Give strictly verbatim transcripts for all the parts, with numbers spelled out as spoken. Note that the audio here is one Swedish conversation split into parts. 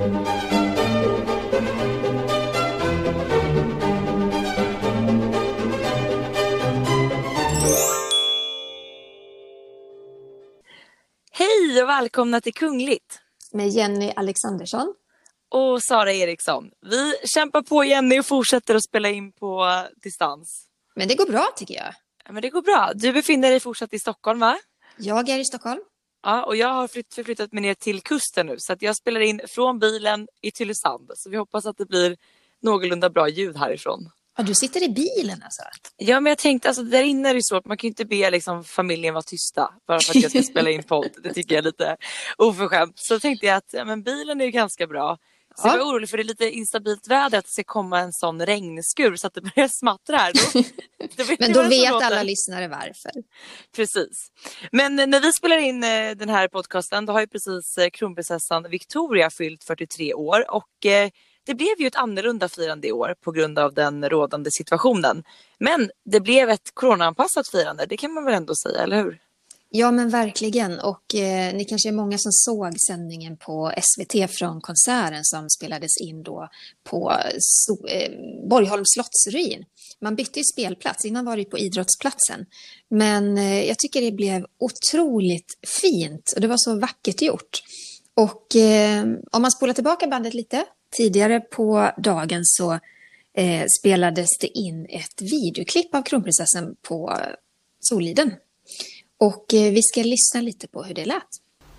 Hej och välkomna till Kungligt. Med Jenny Alexandersson. Och Sara Eriksson. Vi kämpar på Jenny och fortsätter att spela in på distans. Men det går bra tycker jag. Ja, men det går bra. Du befinner dig fortsatt i Stockholm, va? Jag är i Stockholm. Ja, och jag har flytt, förflyttat mig ner till kusten nu. Så att jag spelar in från bilen i Tylösand. Så vi hoppas att det blir någorlunda bra ljud härifrån. Ja, du sitter i bilen alltså? Ja, men jag tänkte, alltså där inne är det svårt. Man kan ju inte be liksom, familjen vara tysta bara för att jag ska spela in podd. Det tycker jag är lite oförskämt. Så tänkte jag att ja, men bilen är ju ganska bra. Så ja. Jag var orolig för det är lite instabilt väder, att det ska komma en sån regnskur så att det börjar smattra här. Då, då men då vet alla lyssnare varför. Precis. Men när vi spelar in den här podcasten, då har ju precis kronprinsessan Victoria fyllt fyrtiotre år. Och det blev ju ett annorlunda firande i år på grund av den rådande situationen. Men det blev ett coronaanpassat firande, det kan man väl ändå säga, eller hur? Ja, men verkligen. Och eh, ni kanske är många som såg sändningen på S V T från konserten som spelades in då på so- eh, Borgholms slottsruin. Man bytte ju spelplats, innan var det på idrottsplatsen. Men eh, jag tycker det blev otroligt fint och det var så vackert gjort. Och eh, om man spolar tillbaka bandet lite, tidigare på dagen så eh, spelades det in ett videoklipp av kronprinsessan på Soliden. Och eh, vi ska lyssna lite på hur det lät.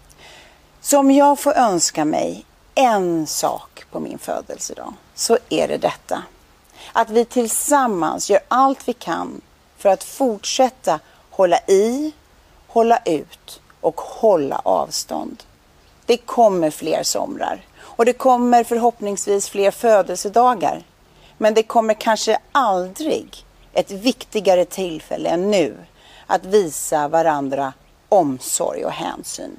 Så om jag får önska mig en sak på min födelsedag så är det detta. Att vi tillsammans gör allt vi kan för att fortsätta hålla i, hålla ut och hålla avstånd. Det kommer fler somrar och det kommer förhoppningsvis fler födelsedagar. Men det kommer kanske aldrig ett viktigare tillfälle än nu att visa varandra omsorg och hänsyn.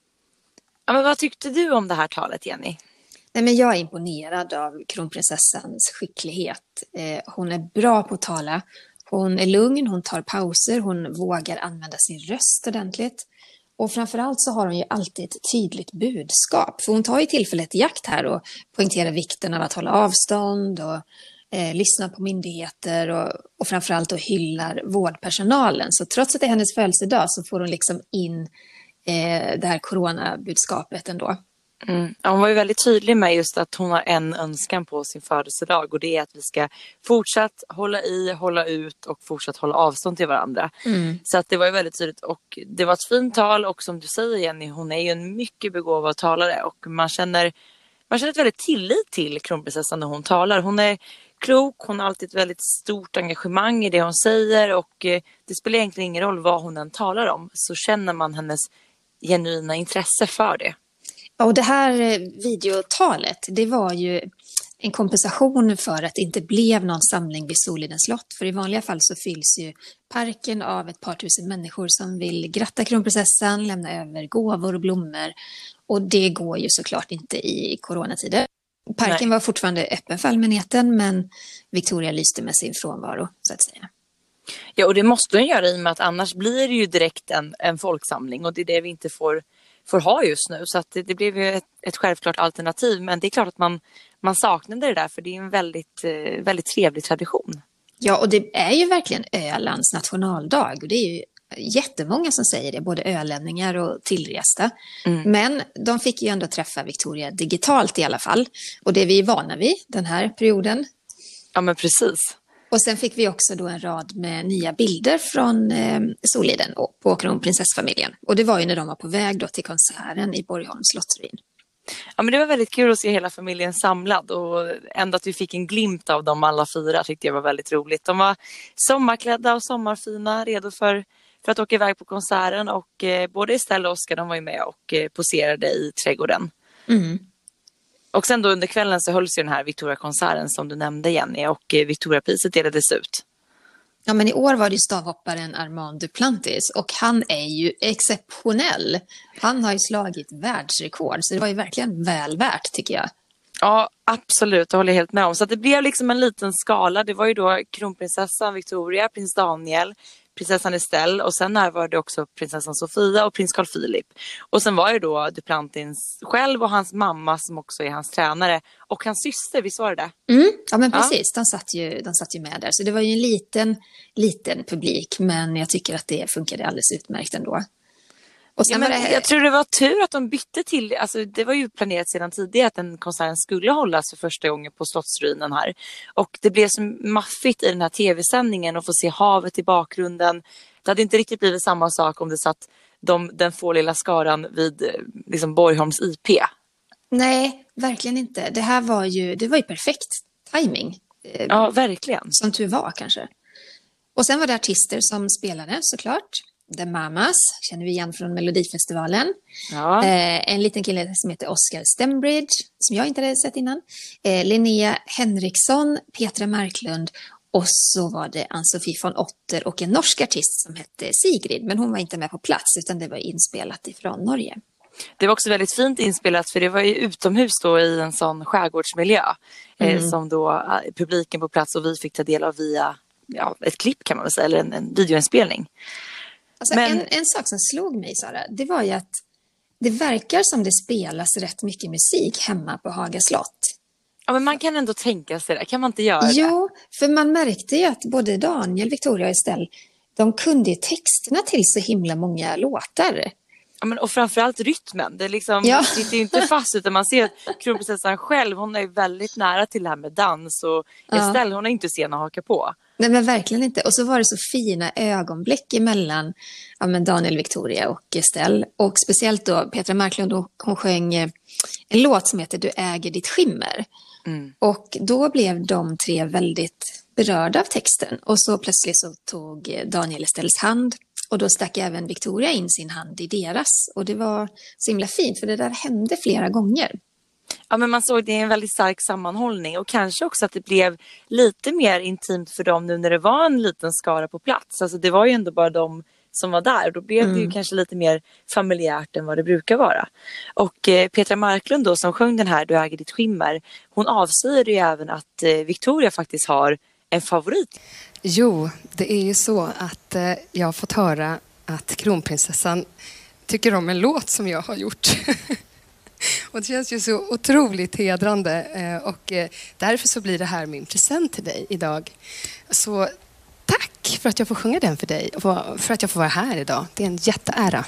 Ja, men vad tyckte du om det här talet, Jenny? Nej, men jag är imponerad av kronprinsessans skicklighet. Eh, hon är bra på att tala. Hon är lugn, hon tar pauser, hon vågar använda sin röst ordentligt. Och framförallt så har hon ju alltid ett tydligt budskap. För hon tar ju tillfället i akt här och poängterar vikten av att hålla avstånd och eh, lyssna på myndigheter och, och framförallt och hyllar vårdpersonalen. Så trots att det är hennes födelsedag så får hon liksom in eh, det här coronabudskapet ändå. Mm. Ja, hon var ju väldigt tydlig med just att hon har en önskan på sin födelsedag och det är att vi ska fortsatt hålla i, hålla ut och fortsatt hålla avstånd till varandra. Mm. Så att det var ju väldigt tydligt och det var ett fint tal och som du säger Jenny, hon är ju en mycket begåvad talare och man känner, man känner ett väldigt tillit till kronprinsessan när hon talar. Hon är klok, hon har alltid ett väldigt stort engagemang i det hon säger och det spelar egentligen ingen roll vad hon än talar om så känner man hennes genuina intresse för det. Och det här videotalet, det var ju en kompensation för att det inte blev någon samling vid Solidens slott. För i vanliga fall så fylls ju parken av ett par tusen människor som vill gratta kronprinsessan, lämna över gåvor och blommor. Och det går ju såklart inte i coronatider. Parken Nej. var fortfarande öppen för allmänheten men Victoria lyste med sin frånvaro så att säga. Ja, och det måste hon göra i och med att annars blir det ju direkt en, en folksamling och det är det vi inte får... får ha just nu. Så att det, det blev ju ett, ett självklart alternativ. Men det är klart att man, man saknade det där. För det är en väldigt, eh, väldigt trevlig tradition. Ja, och det är ju verkligen Ölands nationaldag. Och det är ju jättemånga som säger det. Både ölänningar och tillresta. Mm. Men de fick ju ändå träffa Victoria digitalt i alla fall. Och det är vi vana vid den här perioden. Ja, men precis. Och sen fick vi också då en rad med nya bilder från eh, Soliden och på kronprinsessfamiljen. Och det var ju när de var på väg då till konserten i Borgholms slottsruin. Ja, men det var väldigt kul att se hela familjen samlad och ändå att vi fick en glimt av dem alla fyra tyckte jag var väldigt roligt. De var sommarklädda och sommarfina, redo för, för att åka iväg på konserten och eh, både Estelle och Oskar de var ju med och eh, poserade i trädgården. Mm. Och sen då under kvällen så hölls ju den här Victoria-konserten som du nämnde Jenny och eh, Victoria-priset delades ut. Ja, men i år var det ju stavhopparen Armand Duplantis och han är ju exceptionell. Han har ju slagit världsrekord så det var ju verkligen väl värt tycker jag. Ja, absolut. Det håller jag helt med om. Så att det blev liksom en liten skala. Det var ju då kronprinsessan Victoria, prins Daniel, prinsessan Estelle och sen närvarade också prinsessan Sofia och prins Carl Philip. Och sen var det då Duplantis själv och hans mamma som också är hans tränare och hans syster, visst var det det? Mm, ja men precis, ja. De, satt ju, de satt ju med där. Så det var ju en liten, liten publik, men jag tycker att det funkade alldeles utmärkt ändå. Och sen ja, men var det... Jag tror det var tur att de bytte till, alltså det var ju planerat sedan tidigare att den konserten skulle hållas för första gången på Slottsruinen här. Och det blev så maffigt i den här tv-sändningen att få se havet i bakgrunden. Det hade inte riktigt blivit samma sak om det satt de, den få lilla skaran vid liksom Borgholms I P. Nej, verkligen inte. Det här var ju, det var ju perfekt timing. Ja, verkligen. Som tur var kanske. Och sen var det artister som spelade såklart. The Mamas, känner vi igen från Melodifestivalen. Ja. Eh, en liten kille som heter Oscar Stembridge, som jag inte hade sett innan. Eh, Linnea Henriksson, Petra Marklund och så var det Ann-Sofie von Otter och en norsk artist som hette Sigrid. Men hon var inte med på plats utan det var inspelat ifrån Norge. Det var också väldigt fint inspelat för det var ju utomhus då i en sån skärgårdsmiljö. Mm. Eh, som då publiken på plats och vi fick ta del av via ja, ett klipp kan man väl säga, eller en, en videoinspelning. Alltså Men... en, en sak som slog mig, Sara, det var ju att det verkar som det spelas rätt mycket musik hemma på Haga slott. Ja, men man kan ändå tänka sig det. Kan man inte göra det? Jo, för man märkte ju att både Daniel, Victoria och Estelle, de kunde ju texterna till så himla många låtar. Ja, men, och framförallt rytmen. Det är liksom, ja. sitter ju inte fast utan man ser att kronprinsessan själv, hon är ju väldigt nära till det här med dans och ja. Estelle, hon är inte sen att haka på. Nej men verkligen inte. Och så var det så fina ögonblick emellan ja, men Daniel, Victoria och Estelle. Och speciellt då Petra Marklund, hon sjöng en låt som heter Du äger ditt skimmer. Mm. Och då blev de tre väldigt berörda av texten. Och så plötsligt så tog Daniel Estelles hand. Och då stack även Victoria in sin hand i deras. Och det var så himla fint för det där hände flera gånger. Ja, men man såg det i en väldigt stark sammanhållning och kanske också att det blev lite mer intimt för dem nu när det var en liten skara på plats. Alltså det var ju ändå bara de som var där. Då blev mm. det ju kanske lite mer familjärt än vad det brukar vara. Och eh, Petra Marklund då som sjöng den här Du äger ditt skimmer, hon avslöjade ju även att eh, Victoria faktiskt har en favorit. Jo, det är ju så att eh, jag har fått höra att kronprinsessan tycker om en låt som jag har gjort. Och det känns ju så otroligt hedrande och därför så blir det här min present till dig idag. Så tack för att jag får sjunga den för dig och för att jag får vara här idag. Det är en jätteära.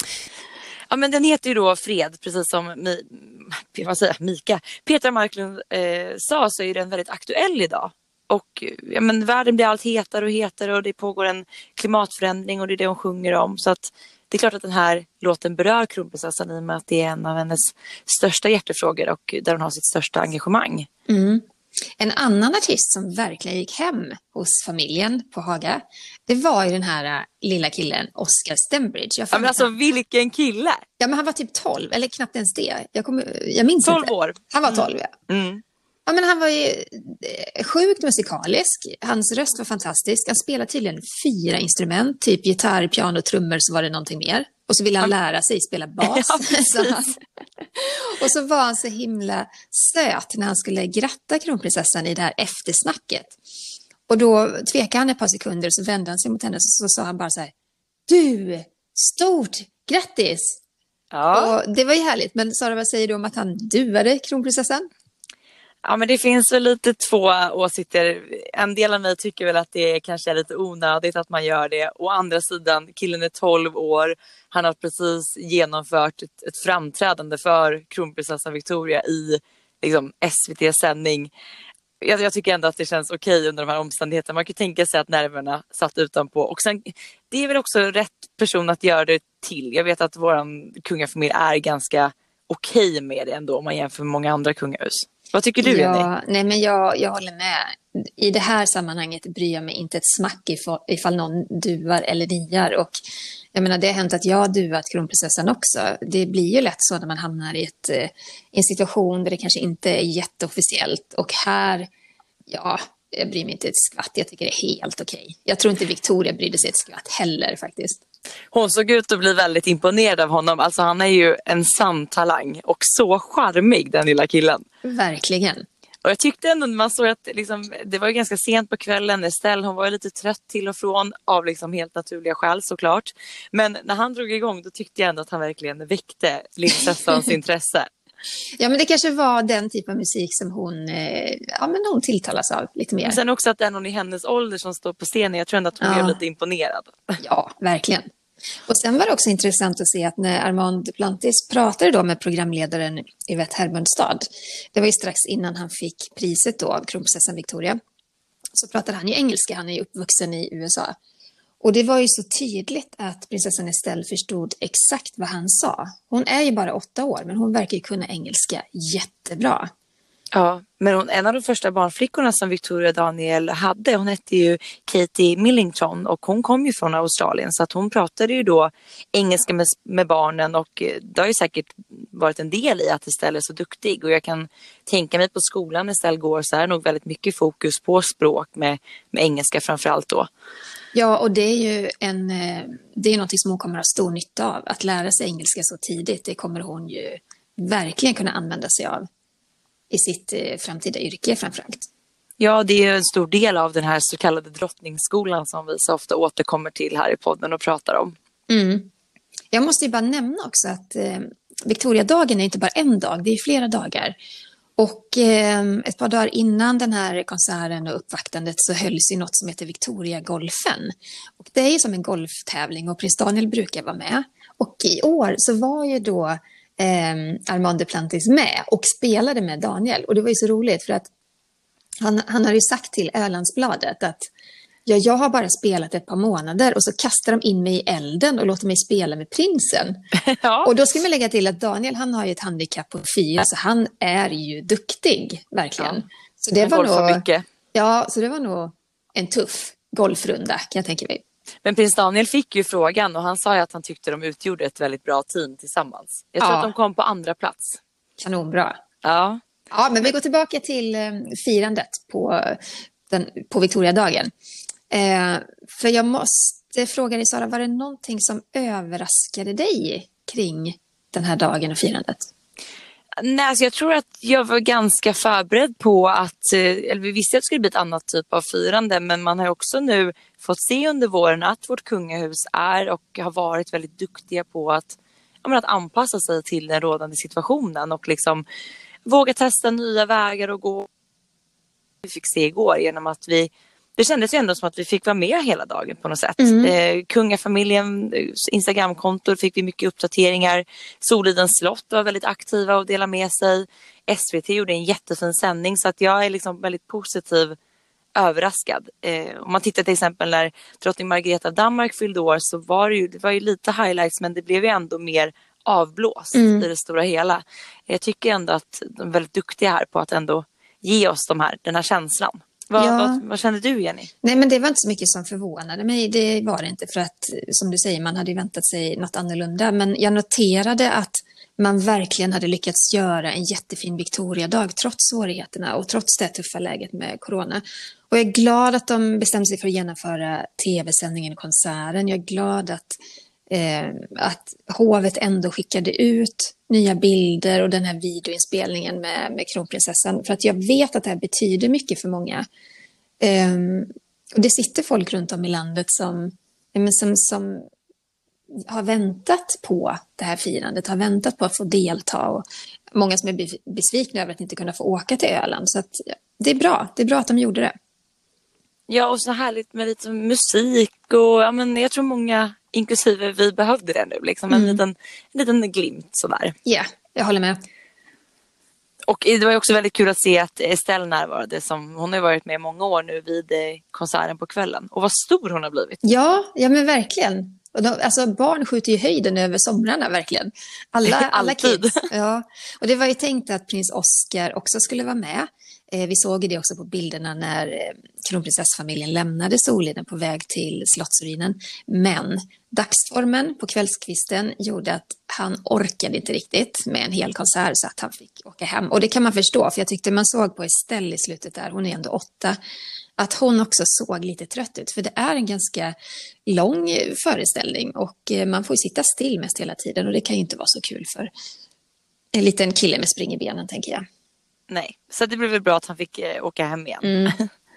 Ja, men den heter ju då Fred, precis som Mi, vad säger, Mika. Petra Marklund eh, sa så är den väldigt aktuell idag. Och ja, men världen blir allt hetare och hetare och det pågår en klimatförändring och det är det hon sjunger om. Så att det är klart att den här låten berör kronprinsessan i och med att det är en av hennes största hjärtefrågor och där hon har sitt största engagemang. Mm. En annan artist som verkligen gick hem hos familjen på Haga, det var ju den här lilla killen Oscar Stembridge. Jag ja, men alltså vilken kille! Ja, men han var typ tolv, eller knappt ens det. Jag, kommer, jag minns tolv inte. år. Han var tolv, ja. Mm. Ja, men han var ju sjukt musikalisk. Hans röst var fantastisk. Han spelade tydligen fyra instrument. Typ gitarr, piano, trummor, så var det någonting mer. Och så ville han lära sig spela bas. Ja, så han... Och så var han så himla söt när han skulle gratta kronprinsessan i det här eftersnacket. Och då tvekade han ett par sekunder och så vände han sig mot henne och så sa han bara så här: Du, stort, grattis! Ja. Och det var ju härligt. Men Sara, vad säger du om att han duade kronprinsessan? Ja, men det finns väl lite två åsikter. En del av mig tycker väl att det kanske är lite onödigt att man gör det. Å andra sidan, killen är tolv år. Han har precis genomfört ett, ett framträdande för kronprinsessan Victoria i liksom, S V T-sändning. Jag, jag tycker ändå att det känns okej under de här omständigheterna. Man kan tänka sig att nerverna satt utanpå. Och sen, det är väl också rätt person att göra det till. Jag vet att våran kungafamilj är ganska okej med det ändå om man jämför med många andra kungahus. Vad tycker du, Jenny? Ja, nej, men jag, jag håller med. I det här sammanhanget bryr jag mig inte ett smack ifall, ifall någon duar eller niar. Och jag menar, det har hänt att jag har duat kronprinsessan också. Det blir ju lätt så när man hamnar i, ett, i en situation där det kanske inte är jätteofficiellt. Och här, ja, jag bryr mig inte ett skvatt. Jag tycker det är helt okej. Jag tror inte Victoria brydde sig ett skvatt heller faktiskt. Hon såg ut att bli väldigt imponerad av honom. Alltså han är ju en sann talang och så charmig, den lilla killen. Verkligen. Och jag tyckte ändå man såg att liksom, det var ju ganska sent på kvällen. Estelle, hon var ju lite trött till och från av liksom helt naturliga skäl såklart. Men när han drog igång då tyckte jag ändå att han verkligen väckte prinsessans intresse. Ja, men det kanske var den typ av musik som hon, eh, ja, men hon tilltalas av lite mer. Men sen också att det är någon i hennes ålder som står på scenen. Jag tror ändå att hon Ja. är lite imponerad. Ja, verkligen. Och sen var det också intressant att se att när Armand Duplantis pratade då med programledaren Yvette Hermundstad, det var ju strax innan han fick priset då av kronprinsessan Victoria, så pratade han ju engelska, han är ju uppvuxen i U S A. Och det var ju så tydligt att prinsessan Estelle förstod exakt vad han sa. Hon är ju bara åtta år, men hon verkar ju kunna engelska jättebra. Ja, men hon, en av de första barnflickorna som Victoria Daniel hade, hon hette ju Katie Millington och hon kom ju från Australien så att hon pratade ju då engelska med, med barnen och det har ju säkert varit en del i att Estelle är så duktig och jag kan tänka mig på skolan när Estelle går så är nog väldigt mycket fokus på språk med, med engelska framförallt då. Ja, och det är ju en, det är något som hon kommer att ha stor nytta av. Att lära sig engelska så tidigt, det kommer hon ju verkligen kunna använda sig av i sitt framtida yrke framförallt. Ja, det är en stor del av den här så kallade drottningsskolan som vi så ofta återkommer till här i podden och pratar om. Mm. Jag måste ju bara nämna också att eh, Victoriadagen är inte bara en dag, det är flera dagar. Och eh, ett par dagar innan den här konserten och uppvaktandet så hölls ju något som heter Victoria-golfen. Och det är ju som en golftävling och prins Daniel brukar vara med. Och i år så var ju då eh, Armand Duplantis med och spelade med Daniel. Och det var ju så roligt för att han, han har ju sagt till Ölandsbladet att ja, jag har bara spelat ett par månader och så kastar de in mig i elden och låter mig spela med prinsen. Ja. Och då ska man lägga till att Daniel, han har ju ett handikapp på fyra, så han är ju duktig, verkligen. Ja. Så det Han var golfar nog, mycket. ja, så det var nog en tuff golfrunda, kan jag tänka mig. Men prins Daniel fick ju frågan och han sa ju att han tyckte de utgjorde ett väldigt bra team tillsammans. Jag tror Ja. att de kom på andra plats. Kanonbra. Ja. Ja, men vi går tillbaka till eh, firandet på, den, på Victoriadagen. Eh, för jag måste fråga dig, Sara, var det någonting som överraskade dig kring den här dagen och firandet? Nej, alltså jag tror att jag var ganska förberedd på att, eller vi visste att det skulle bli ett annat typ av firande, men man har också nu fått se under våren att vårt kungahus är och har varit väldigt duktiga på att, ja, men att anpassa sig till den rådande situationen och liksom våga testa nya vägar och gå. Vi fick se igår genom att vi, det kändes ju ändå som att vi fick vara med hela dagen på något sätt. Mm. Eh, kungafamiljen, Instagramkontor fick vi mycket uppdateringar. Solidens slott var väldigt aktiva och delade med sig. S V T gjorde en jättefin sändning så att jag är liksom väldigt positiv överraskad. Eh, om man tittar till exempel när drottning Margareta av Danmark fyllde år så var det ju, det var ju lite highlights men det blev ju ändå mer avblåst mm. i det stora hela. Jag tycker ändå att de är väldigt duktiga här på att ändå ge oss de här, den här känslan. Vad, ja. vad, vad kände du, Jenny? Nej, men det var inte så mycket som förvånade mig. Det var det inte för att, som du säger, man hade väntat sig något annorlunda. Men jag noterade att man verkligen hade lyckats göra en jättefin Victoria-dag trots svårigheterna och trots det tuffa läget med corona. Och jag är glad att de bestämde sig för att genomföra tv-sändningen och konserten. Jag är glad att Eh, att hovet ändå skickade ut nya bilder och den här videoinspelningen med, med kronprinsessan, för att jag vet att det här betyder mycket för många. Eh, och det sitter folk runt om i landet som, som, som har väntat på det här firandet, har väntat på att få delta, och många som är besvikna över att inte kunna få åka till Öland. Så att, det är bra, det är bra att de gjorde det. Ja, och så härligt med lite musik och ja, men jag tror många, inklusive vi, behövde det nu. Liksom en, mm. liten, en liten glimt sådär. Ja, yeah, jag håller med. Och det var också väldigt kul att se att Estelle närvarade. Som, hon har varit med i många år nu vid konserten på kvällen. Och vad stor hon har blivit. Ja, ja men verkligen. Och de, alltså barn skjuter ju höjden över somrarna, verkligen. Alla, alla kids. Ja. Och det var ju tänkt att prins Oscar också skulle vara med. Eh, vi såg det också på bilderna när eh, kronprinsessfamiljen lämnade Soliden på väg till slottsruinen. Men dagsformen på kvällskvisten gjorde att han orkade inte riktigt med en hel konsert, så att han fick åka hem. Och det kan man förstå, för jag tyckte man såg på Estelle i slutet där, hon är ändå åtta, att hon också såg lite trött ut. För det är en ganska lång föreställning och man får ju sitta still mest hela tiden. Och det kan ju inte vara så kul för en liten kille med spring i benen, tänker jag. Nej, så det blev väl bra att han fick eh, åka hem igen. Mm.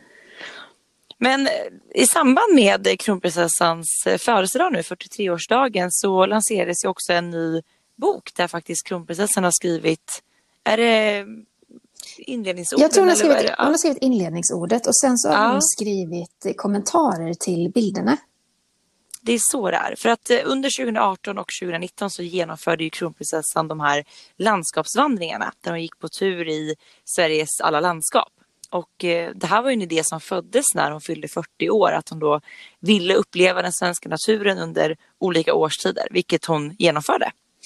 Men i samband med kronprinsessans födelsedag nu, fyrtiotre-årsdagen, så lanserades ju också en ny bok där faktiskt kronprinsessan har skrivit, är det inledningsorden? Jag tror hon har, skrivit, eller hon har skrivit inledningsordet och sen så har ja. hon skrivit kommentarer till bilderna. Det är så det är. För att under tjugo arton och tjugo nitton så genomförde ju kronprinsessan de här landskapsvandringarna där hon gick på tur i Sveriges alla landskap. Och eh, det här var ju en idé som föddes när hon fyllde fyrtio år, att hon då ville uppleva den svenska naturen under olika årstider, vilket hon genomförde.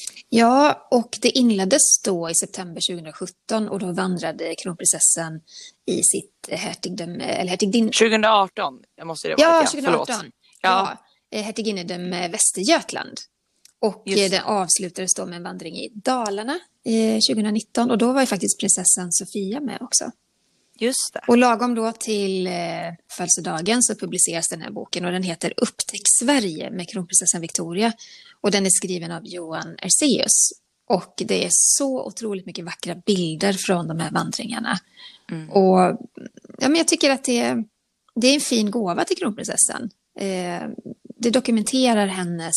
Ja, och det inleddes då i september tjugo sjutton och då vandrade kronprinsessan i sitt hertigdöme, eller hertigdin... tjugo arton, jag måste det vara. Ja, ja, tjugo arton. Ja, ja hertiginnedöme Västergötland. Och Just. den avslutades då med en vandring i Dalarna eh, tjugo nitton och då var ju faktiskt prinsessan Sofia med också. Just det. Och lagom då till eh, födelsedagen så publiceras den här boken och den heter Upptäck Sverige med kronprinsessan Victoria. Och den är skriven av Johan Erseus. Och det är så otroligt mycket vackra bilder från de här vandringarna. Mm. Och ja, men jag tycker att det, det är en fin gåva till kronprinsessan. Eh, det dokumenterar hennes,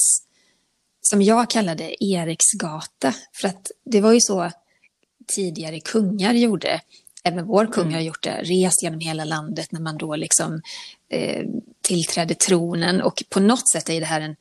som jag kallade Eriksgata. För att det var ju så tidigare kungar gjorde. Även vår kung mm. har gjort det, rest genom hela landet när man då liksom eh, tillträdde tronen. Och på något sätt är det här en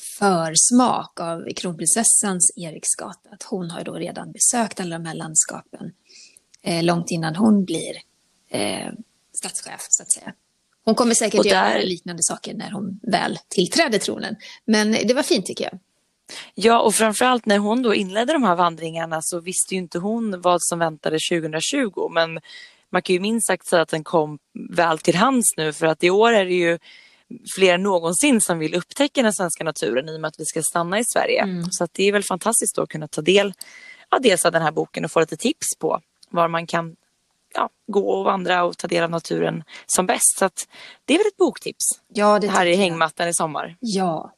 försmak av kronprinsessans Eriksgata. Att hon har då redan besökt alla de här landskapen eh, långt innan hon blir eh, statschef så att säga. Hon kommer säkert där... göra liknande saker när hon väl tillträdde tronen. Men det var fint tycker jag. Ja, och framförallt när hon då inledde de här vandringarna så visste ju inte hon vad som väntade tjugo tjugo. Men man kan ju minst sagt säga att den kom väl till hands nu, för att i år är det ju fler än någonsin som vill upptäcka den svenska naturen i och med att vi ska stanna i Sverige. Mm. Så att det är väl fantastiskt då att kunna ta del av dels av den här boken och få lite tips på var man kan ja, gå och vandra och ta del av naturen som bäst. Så att det är väl ett boktips. Ja, det, det här är hängmattan i sommar. Ja.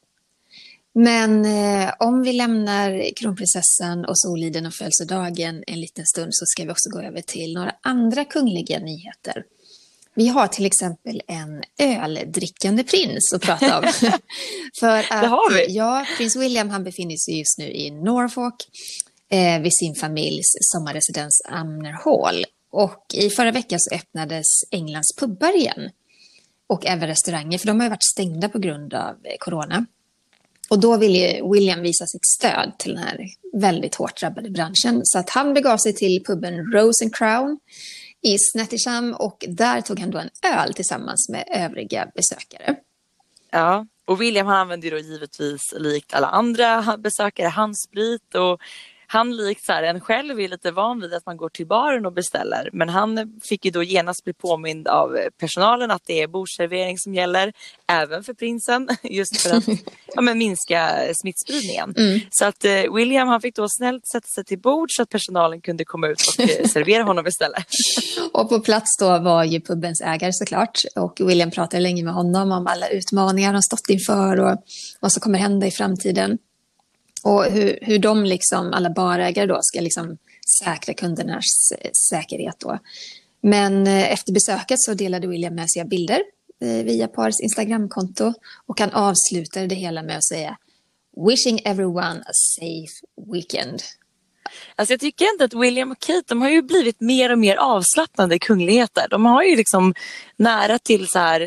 Men eh, om vi lämnar kronprinsessan och Soliden och födelsedagen en liten stund så ska vi också gå över till några andra kungliga nyheter. Vi har till exempel en öldrickande prins att prata om. För att, det har vi. Ja, prins William han befinner sig just nu i Norfolk eh, vid sin familjs sommarresidens Amner Hall. Och i förra veckan så öppnades Englands pubbar igen. Och även restauranger, för de har ju varit stängda på grund av eh, corona. Och då ville William visa sitt stöd till den här väldigt hårt drabbade branschen. Så att han begav sig till puben Rose and Crown i Snettisham och där tog han då en öl tillsammans med övriga besökare. Ja, och William han använde då givetvis likt alla andra besökare handsprit och han likt så här, en själv är lite van vid att man går till baren och beställer. Men han fick ju då genast bli påmind av personalen att det är bordsservering som gäller. Även för prinsen. Just för att ja, men minska smittspridningen. Mm. Så att eh, William han fick då snällt sätta sig till bord så att personalen kunde komma ut och eh, servera honom istället. Och på plats då var ju pubens ägare såklart. Och William pratade länge med honom om alla utmaningar han stått inför och vad som kommer hända i framtiden. Och hur, hur de liksom, alla barägare då ska liksom säkra kundernas säkerhet då. Men efter besöket så delade William med sig av bilder eh, via parets Instagramkonto. Och han avslutade det hela med att säga "Wishing everyone a safe weekend". Alltså jag tycker inte att William och Kate, de har ju blivit mer och mer avslappnande kungligheter. De har ju liksom nära till så här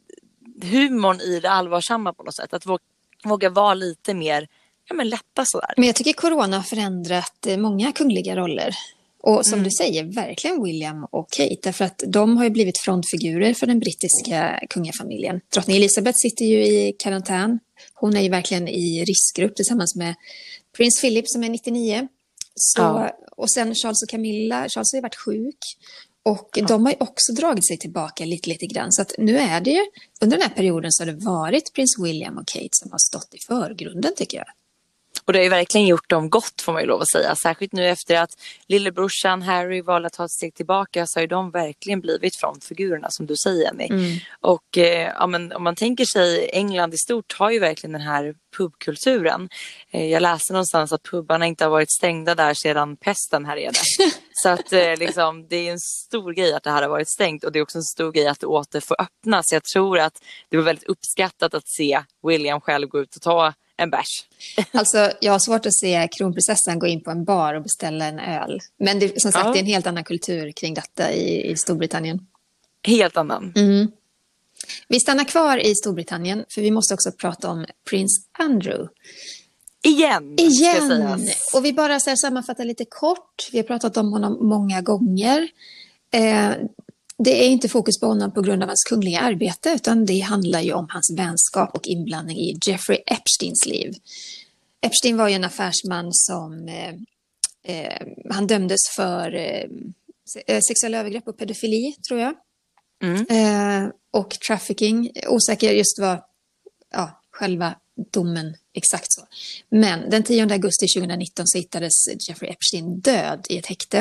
humorn i det allvarsamma på något sätt. Att våga, våga vara lite mer ja, men lätta sådär. Men jag tycker corona har förändrat många kungliga roller. Och som mm. du säger, verkligen William och Kate. Därför att de har ju blivit frontfigurer för den brittiska kungafamiljen. Drottning Elizabeth sitter ju i karantän. Hon är ju verkligen i riskgrupp tillsammans med prins Philip som är nittionio. Så, ja. Och sen Charles och Camilla. Charles har ju varit sjuk. Och ja. de har ju också dragit sig tillbaka lite, lite grann. Så att nu är det ju, under den här perioden så har det varit prins William och Kate som har stått i förgrunden tycker jag. Och det har ju verkligen gjort dem gott får man ju lov att säga. Särskilt nu efter att lillebrorsan Harry valde att ta ett steg tillbaka så har ju de verkligen blivit frontfigurerna som du säger Jenny. Mm. Och eh, ja, men, om man tänker sig England i stort har ju verkligen den här pubkulturen. Eh, jag läste någonstans att pubbarna inte har varit stängda där sedan pesten härjade. Så att eh, liksom, det är en stor grej att det här har varit stängt och det är också en stor grej att det åter får öppnas. Jag tror att det var väldigt uppskattat att se William själv gå ut och ta en bärs. Alltså, jag har svårt att se kronprinsessan gå in på en bar och beställa en öl. Men det, som sagt, ja. det är en helt annan kultur kring detta i, i Storbritannien. Helt annan. Mm. Vi stannar kvar i Storbritannien för vi måste också prata om prins Andrew. Igen, Igen. Och vi bara så här sammanfattar lite kort. Vi har pratat om honom många gånger. Eh, det är inte fokus på honom på grund av hans kungliga arbete utan det handlar ju om hans vänskap och inblandning i Jeffrey Epsteins liv. Epstein var ju en affärsman som eh, eh, han dömdes för eh, sexuella övergrepp och pedofili, tror jag. Mm. Eh, och trafficking. Osäker just vad ja, själva domen exakt så. Men den tionde augusti tjugonitton så hittades Jeffrey Epstein död i ett häkte.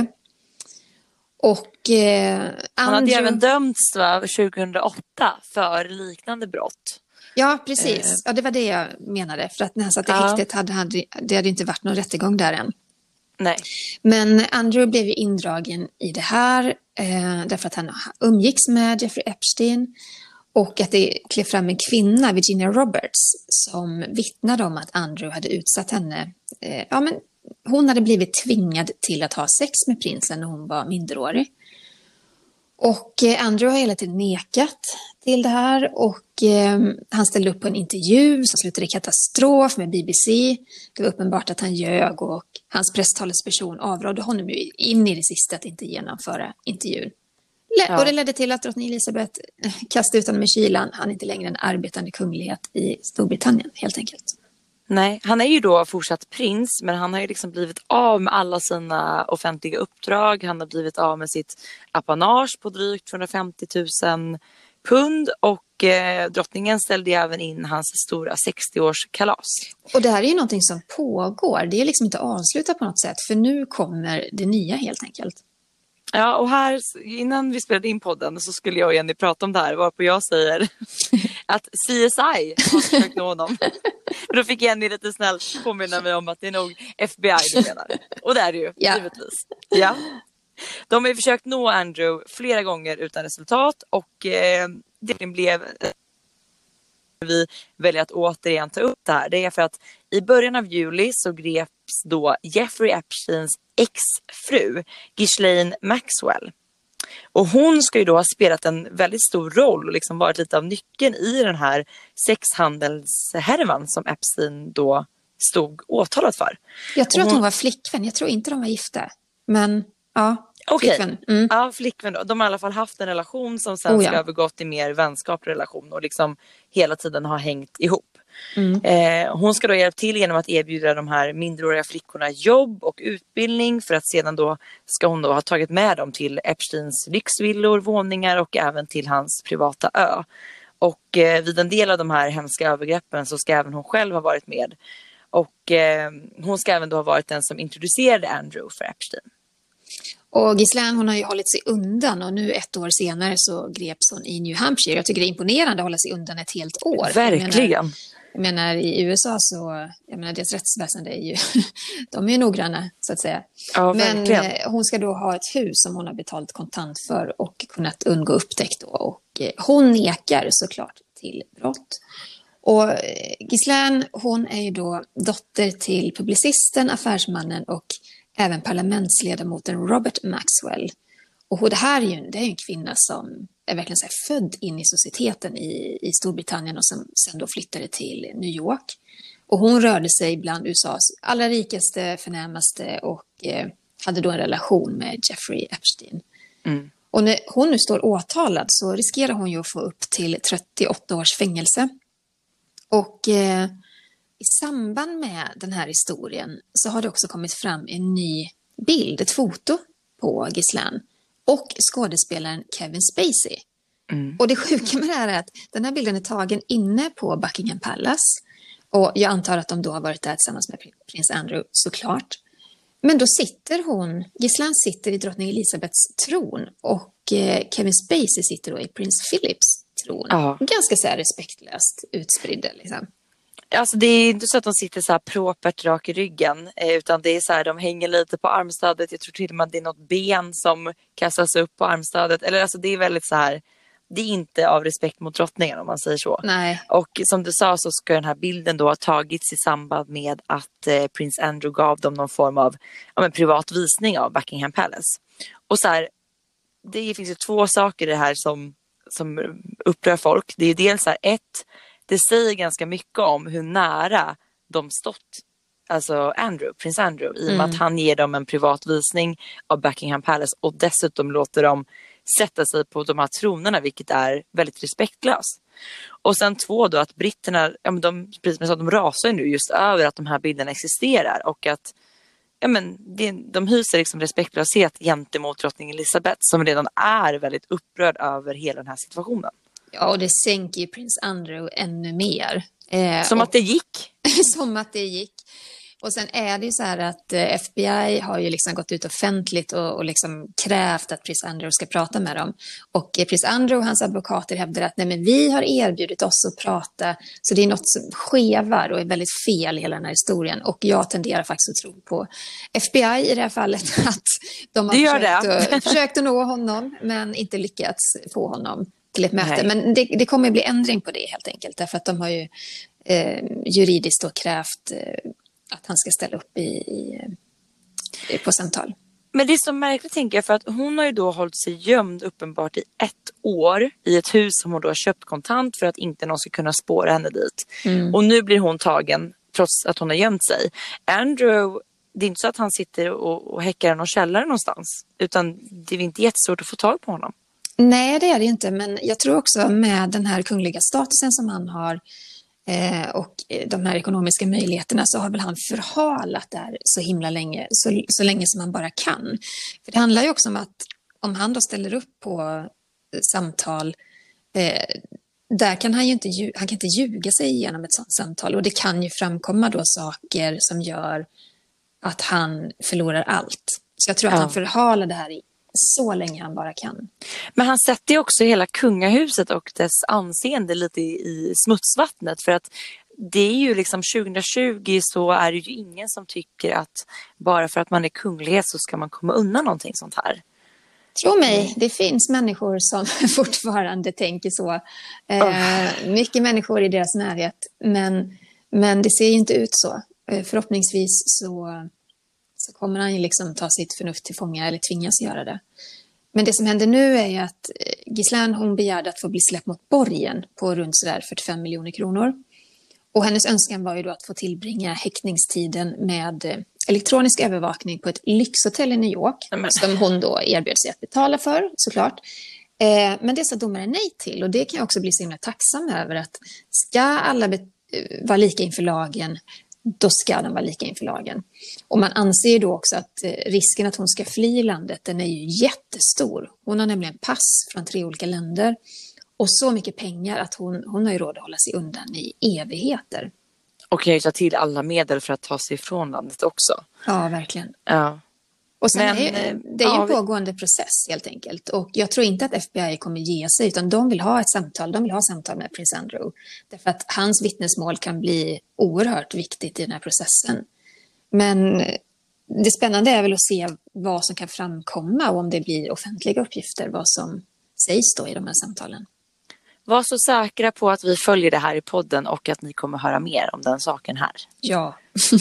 Och eh, Andrew... Han hade även dömts va, tjugohundraåtta för liknande brott. Ja, precis. Eh. Ja, det var det jag menade. För att när han satt i ja. häktet hade, hade det hade inte varit någon rättegång där än. Nej. Men Andrew blev ju indragen i det här eh, därför att han umgicks med Jeffrey Epstein. Och att det klev fram en kvinna, Virginia Roberts, som vittnade om att Andrew hade utsatt henne. Eh, ja, men hon hade blivit tvingad till att ha sex med prinsen när hon var minderårig. Och eh, Andrew har hela tiden nekat till det här. Och eh, han ställde upp på en intervju som slutade i katastrof med B B C. Det var uppenbart att han ljög och hans presstalesperson avrådde honom ju in i det sista att inte genomföra intervjun. Ja. Och det ledde till att drottning Elizabeth kastade ut honom i kylan. Han är inte längre en arbetande kunglighet i Storbritannien, helt enkelt. Nej, han är ju då fortsatt prins, men han har ju liksom blivit av med alla sina offentliga uppdrag. Han har blivit av med sitt apanage på drygt tvåhundrafemtio tusen pund och eh, drottningen ställde även in hans stora sextioårskalas. Och det här är ju någonting som pågår. Det är liksom inte avslutat på något sätt, för nu kommer det nya helt enkelt. Ja, och här innan vi spelade in podden så skulle jag och Jenny prata om det här, varpå jag säger att C S I har försökt nå honom. Och då fick Jenny lite snällt påminna mig om att det är nog F B I du menar. Och det är det ju, ja. givetvis. Ja. De har ju försökt nå Andrew flera gånger utan resultat och eh, det blev... vi väljer att återigen ta upp det här. Det är för att i början av juli så greps då Jeffrey Epsteins exfru Ghislaine Maxwell. Och hon ska ju då ha spelat en väldigt stor roll och liksom varit lite av nyckeln i den här sexhandelshärvan som Epstein då stod åtalad för. Jag tror hon... att hon var flickvän. Jag tror inte de var gifta. Men ja, Okej, flickvän. Mm. Ja, flickvän då. De har i alla fall haft en relation som sen oh, ja. ska övergått i mer vänskaplig relation och liksom hela tiden har hängt ihop. Mm. Eh, hon ska då hjälpa till genom att erbjuda de här mindreåriga flickorna jobb och utbildning för att sedan då ska hon då ha tagit med dem till Epsteins lyxvillor, våningar och även till hans privata ö. Och eh, vid en del av de här hemska övergreppen så ska även hon själv ha varit med. Och eh, hon ska även då ha varit den som introducerade Andrew för Epstein. Och Ghislaine, hon har ju hållit sig undan och nu ett år senare så greps hon i New Hampshire. Jag tycker det är imponerande att hålla sig undan ett helt år. Verkligen. Jag menar, jag menar i U S A så, jag menar deras rättsväsende är ju, de är ju noggranna så att säga. Ja, men verkligen. Hon ska då ha ett hus som hon har betalt kontant för och kunnat undgå upptäckt då. Och hon nekar såklart till brott. Och Ghislaine, hon är ju då dotter till publicisten, affärsmannen och även parlamentsledamoten Robert Maxwell. Och det här är ju det är en kvinna som är verkligen så här född in i societeten i, i Storbritannien och som sen då flyttade till New York. Och hon rörde sig bland U S As allra rikaste, förnämaste och eh, hade då en relation med Jeffrey Epstein. Mm. Och när hon nu står åtalad så riskerar hon ju att få upp till trettioåtta års fängelse. Och eh, i samband med den här historien så har det också kommit fram en ny bild, ett foto på Ghislaine och skådespelaren Kevin Spacey. Mm. Och det sjuka med det här är att den här bilden är tagen inne på Buckingham Palace. Och jag antar att de då har varit där tillsammans med prins Andrew såklart. Men då sitter hon, Ghislaine sitter i drottning Elizabeths tron och eh, Kevin Spacey sitter då i prins Philips tron. Ja. Ganska så här respektlöst utspridda liksom. Alltså det är inte så att de sitter så här propert rak i ryggen, eh, utan det är så här, de hänger lite på armstödet. Jag tror till och med att det är något ben som kastas upp på armstödet. Eller alltså det är väldigt så här, det är inte av respekt mot drottningen om man säger så. Nej. Och som du sa så ska den här bilden då ha tagits i samband med att eh, prins Andrew gav dem någon form av ja, men privat visning av Buckingham Palace. Och så här, det finns ju två saker i det här som, som upprör folk. Det är ju dels så här, ett, det säger ganska mycket om hur nära de stått, alltså Andrew, prins Andrew, i och med mm. att han ger dem en privat visning av Buckingham Palace och dessutom låter dem sätta sig på de här tronerna, vilket är väldigt respektlöst. Och sen två då, att britterna, ja, men de, precis som de rasar nu just över att de här bilderna existerar och att ja, men det, de hyser liksom respektlöshet gentemot drottning Elizabeth som redan är väldigt upprörd över hela den här situationen. Ja, och det sänker ju prins Andrew ännu mer. Eh, som och, att det gick. som att det gick. Och sen är det ju så här att eh, F B I har ju liksom gått ut offentligt och, och liksom krävt att prins Andrew ska prata med dem. Och eh, prins Andrew och hans advokater hävdar att nej, men vi har erbjudit oss att prata. Så det är något som skevar och är väldigt fel i hela den här historien. Och jag tenderar faktiskt att tro på F B I i det här fallet. Att de har försökt, att, försökt att nå honom men inte lyckats få honom till ett möte. Nej. Men det, det kommer att bli ändring på det helt enkelt. Därför att de har ju eh, juridiskt då krävt eh, att han ska ställa upp i, i, i, på samtal. Men det är så märkligt tänker jag, för att hon har ju då hållit sig gömd uppenbart i ett år i ett hus som hon då har köpt kontant för att inte någon ska kunna spåra henne dit. Mm. Och nu blir hon tagen trots att hon har gömt sig. Andrew, det är inte så att han sitter och, och häckar i någon källare någonstans, utan det är inte jättesvårt att få tag på honom. Nej, det är det inte, men jag tror också med den här kungliga statusen som han har eh, och de här ekonomiska möjligheterna så har väl han förhalat där så himla länge, så, så länge som han bara kan. För det handlar ju också om att om han då ställer upp på samtal, eh, där kan han ju inte, han kan inte ljuga sig igenom ett sådant samtal, och det kan ju framkomma då saker som gör att han förlorar allt. Så jag tror att ja. han förhalar det här i så länge han bara kan. Men han sätter ju också hela kungahuset och dess anseende lite i, i smutsvattnet, för att det är ju liksom tjugohundratjugo så är det ju ingen som tycker att bara för att man är kunglighet så ska man komma undan någonting sånt här. Tro mig, det finns människor som fortfarande tänker så. Eh, oh. Mycket människor i deras närhet, men, men det ser ju inte ut så. Eh, förhoppningsvis så så kommer han ju liksom ta sitt förnuft till fånga eller tvingas göra det. Men det som händer nu är ju att Ghislaine, hon begärde att få bli släppt mot borgen på runt sådär fyrtiofem miljoner kronor. Och hennes önskan var ju då att få tillbringa häktningstiden med elektronisk övervakning på ett lyxhotell i New York, mm. som hon då erbjöd sig att betala för, såklart. Eh, men det sa domaren nej till, och det kan jag också bli så himla tacksam över, att ska alla be- vara lika inför lagen, då ska de vara lika inför lagen. Och man anser ju då också att risken att hon ska fly landet, den är ju jättestor. Hon har nämligen pass från tre olika länder och så mycket pengar att hon, hon har ju råd att hålla sig undan i evigheter. Och kan ju ta till alla medel för att ta sig ifrån landet också. Ja, verkligen. Ja. Och sen Men, är ju, det är ju ja, en pågående process helt enkelt. Och jag tror inte att F B I kommer ge sig, utan de vill ha ett samtal. De vill ha samtal med prins Andrew. Därför att hans vittnesmål kan bli oerhört viktigt i den här processen. Men det spännande är väl att se vad som kan framkomma, och om det blir offentliga uppgifter, vad som sägs då i de här samtalen. Var så säkra på att vi följer det här i podden och att ni kommer höra mer om den saken här. Ja.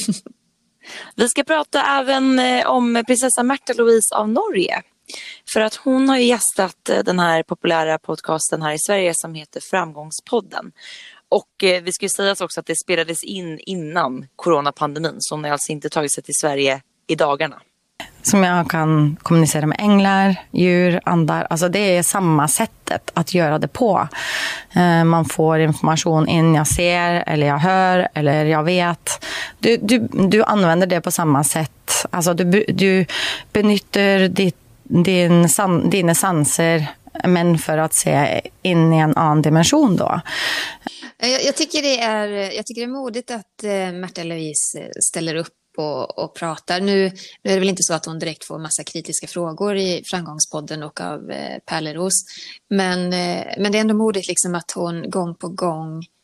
Vi ska prata även om prinsessa Märtha Louise av Norge. För att hon har ju gästat den här populära podcasten här i Sverige som heter Framgångspodden. Och vi ska ju säga också att det spelades in innan coronapandemin, så hon har alltså inte tagit sig till Sverige i dagarna. Som jag kan kommunicera med änglar, djur, andar. Alltså det är samma sättet att göra det på. Man får information in jag ser, eller jag hör, eller jag vet. Du, du, du använder det på samma sätt. Alltså du, du benyttar ditt, din, san, dina sanser, men för att se in i en annan dimension då. Jag, jag, tycker, det är, jag tycker det är modigt att eh, Märtha Louise ställer upp Och, och pratar. Nu, nu är det väl inte så att hon direkt får massa kritiska frågor i Framgångspodden och av eh, Pärleros. Men, eh, men det är ändå modigt liksom att hon gång på gång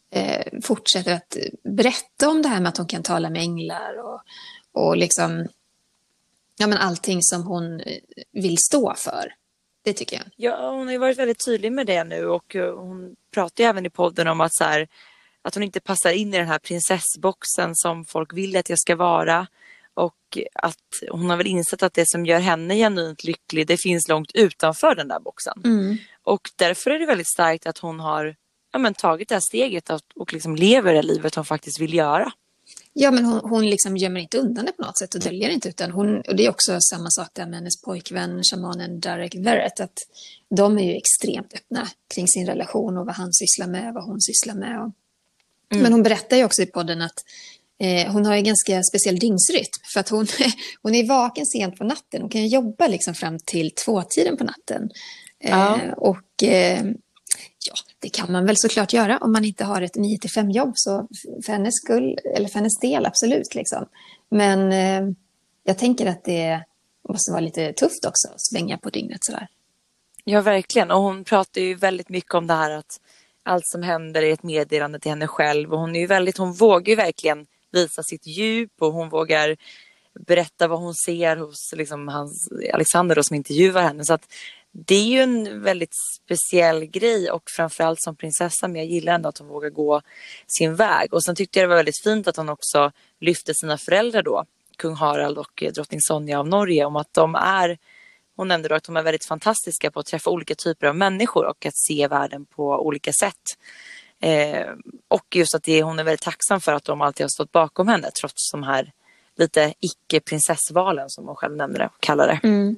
eh, fortsätter att berätta om det här med att hon kan tala med änglar och, och liksom, ja, men allting som hon vill stå för. Det tycker jag. Ja, hon har ju varit väldigt tydlig med det nu och hon pratar ju även i podden om att, så här, att hon inte passar in i den här prinsessboxen som folk vill att jag ska vara. Och att hon har väl insett att det som gör henne genuint lycklig, det finns långt utanför den där boxen. Mm. Och därför är det väldigt starkt att hon har ja, men, tagit det här steget och, och liksom lever det livet hon faktiskt vill göra. Ja, men hon, hon liksom gömmer inte undan det på något sätt och döljer inte, utan hon, och det är också samma sak där med hennes pojkvän, shamanen Derek Verrett, att de är ju extremt öppna kring sin relation och vad han sysslar med, vad hon sysslar med. Och... Mm. Men hon berättar ju också i podden att eh, hon har en ganska speciell dygnsrytm, för att hon, hon är vaken sent på natten. Hon kan ju jobba liksom fram till tvåtiden på natten. Eh, ja. Och... Eh, Ja, det kan man väl såklart göra om man inte har ett nio till fem jobb, så för hennes skull, eller för hennes del, absolut liksom. Men eh, jag tänker att det måste vara lite tufft också att svänga på dygnet sådär. Ja, verkligen. Och hon pratar ju väldigt mycket om det här att allt som händer är ett meddelande till henne själv. Och hon är ju väldigt, hon vågar ju verkligen visa sitt djup och hon vågar berätta vad hon ser hos liksom, hans Alexander då, som intervjuar henne. Så att det är ju en väldigt speciell grej och framförallt som prinsessa, men jag gillar ändå att hon vågar gå sin väg. Och sen tyckte jag det var väldigt fint att hon också lyfte sina föräldrar då, kung Harald och drottning Sonja av Norge, om att de är, hon nämnde då att de är väldigt fantastiska på att träffa olika typer av människor och att se världen på olika sätt. Eh, och just att det, hon är väldigt tacksam för att de alltid har stått bakom henne trots de här lite icke-prinsessvalen som hon själv nämnde det och kallar det. Mm.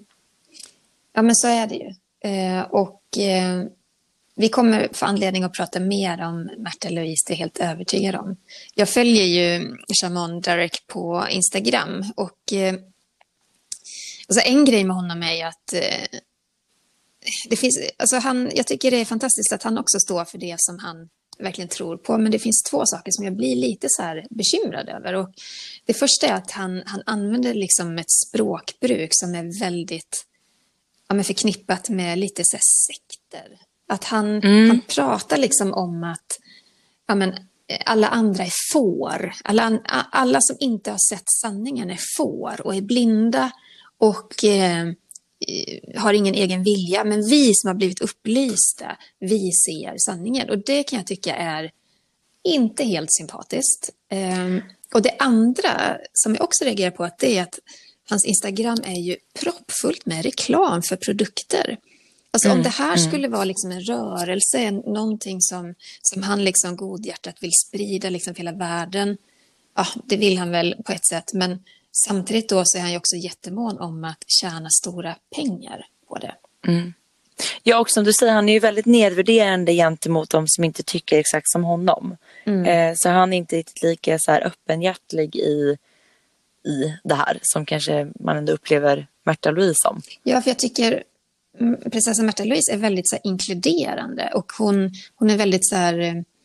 Ja, men så är det ju. Eh, och eh, vi kommer få anledning att prata mer om Märtha Louise, det är helt övertygad om. Jag följer ju shaman Derek på Instagram och eh, alltså en grej med honom är ju att eh, det finns, alltså han, jag tycker det är fantastiskt att han också står för det som han verkligen tror på, men det finns två saker som jag blir lite så här bekymrad över. Och det första är att han, han använder liksom ett språkbruk som är väldigt ja, men förknippat med lite så här sekter. Att han, mm. han pratar liksom om att ja, men, alla andra är får. Alla, alla som inte har sett sanningen är får och är blinda och eh, har ingen egen vilja. Men vi som har blivit upplysta, vi ser sanningen. Och det kan jag tycka är inte helt sympatiskt. Eh, och det andra som jag också reagerar på, att det är att hans Instagram är ju proppfullt med reklam för produkter. Alltså mm, om det här mm. skulle vara liksom en rörelse, någonting som, som han liksom godhjärtat vill sprida liksom för hela världen. Ja, det vill han väl på ett sätt. Men samtidigt då så är han ju också jättemån om att tjäna stora pengar på det. Mm. Ja, och som du säger, han är ju väldigt nedvärderande gentemot de som inte tycker exakt som honom. Mm. Eh, så han är inte riktigt lika så här öppenhjärtlig i i det här som kanske man ändå upplever Märtha Louise som. Ja, för jag tycker prinsessan Märtha Louise är väldigt så här inkluderande och hon, hon är väldigt så här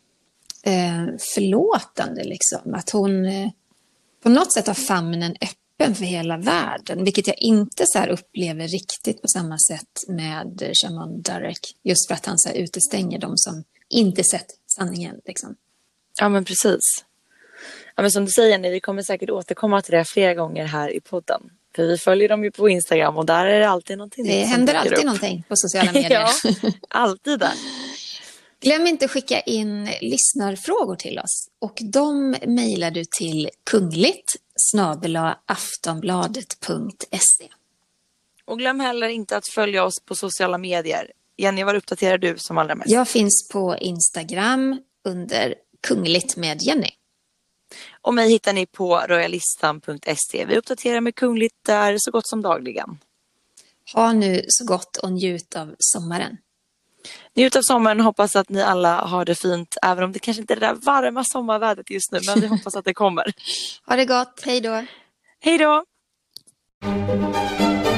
eh, förlåtande liksom. Att hon eh, på något sätt har famnen öppen för hela världen, vilket jag inte så här upplever riktigt på samma sätt med shaman Derek, just för att han så här utestänger de som inte sett sanningen liksom. Ja, men precis. Ja, men som du säger, vi kommer säkert återkomma till det flera gånger här i podden. För vi följer dem ju på Instagram och där är det alltid någonting. Det händer alltid upp. någonting på sociala medier. Ja, alltid där. Glöm inte att skicka in lyssnarfrågor till oss. Och de mejlar du till kungligt snabel-a aftonbladet punkt se. Och glöm heller inte att följa oss på sociala medier. Jenny, var uppdaterar du som allra mest? Jag finns på Instagram under kungligt med Jenny. Och mig hittar ni på royalistan punkt se. Vi uppdaterar med kungligt där så gott som dagligen. Ha nu så gott och njut av sommaren. Njut av sommaren, hoppas att ni alla har det fint. Även om det kanske inte är det där varma sommarvädret just nu. Men vi hoppas att det kommer. Ha det gott, hej då. Hej då.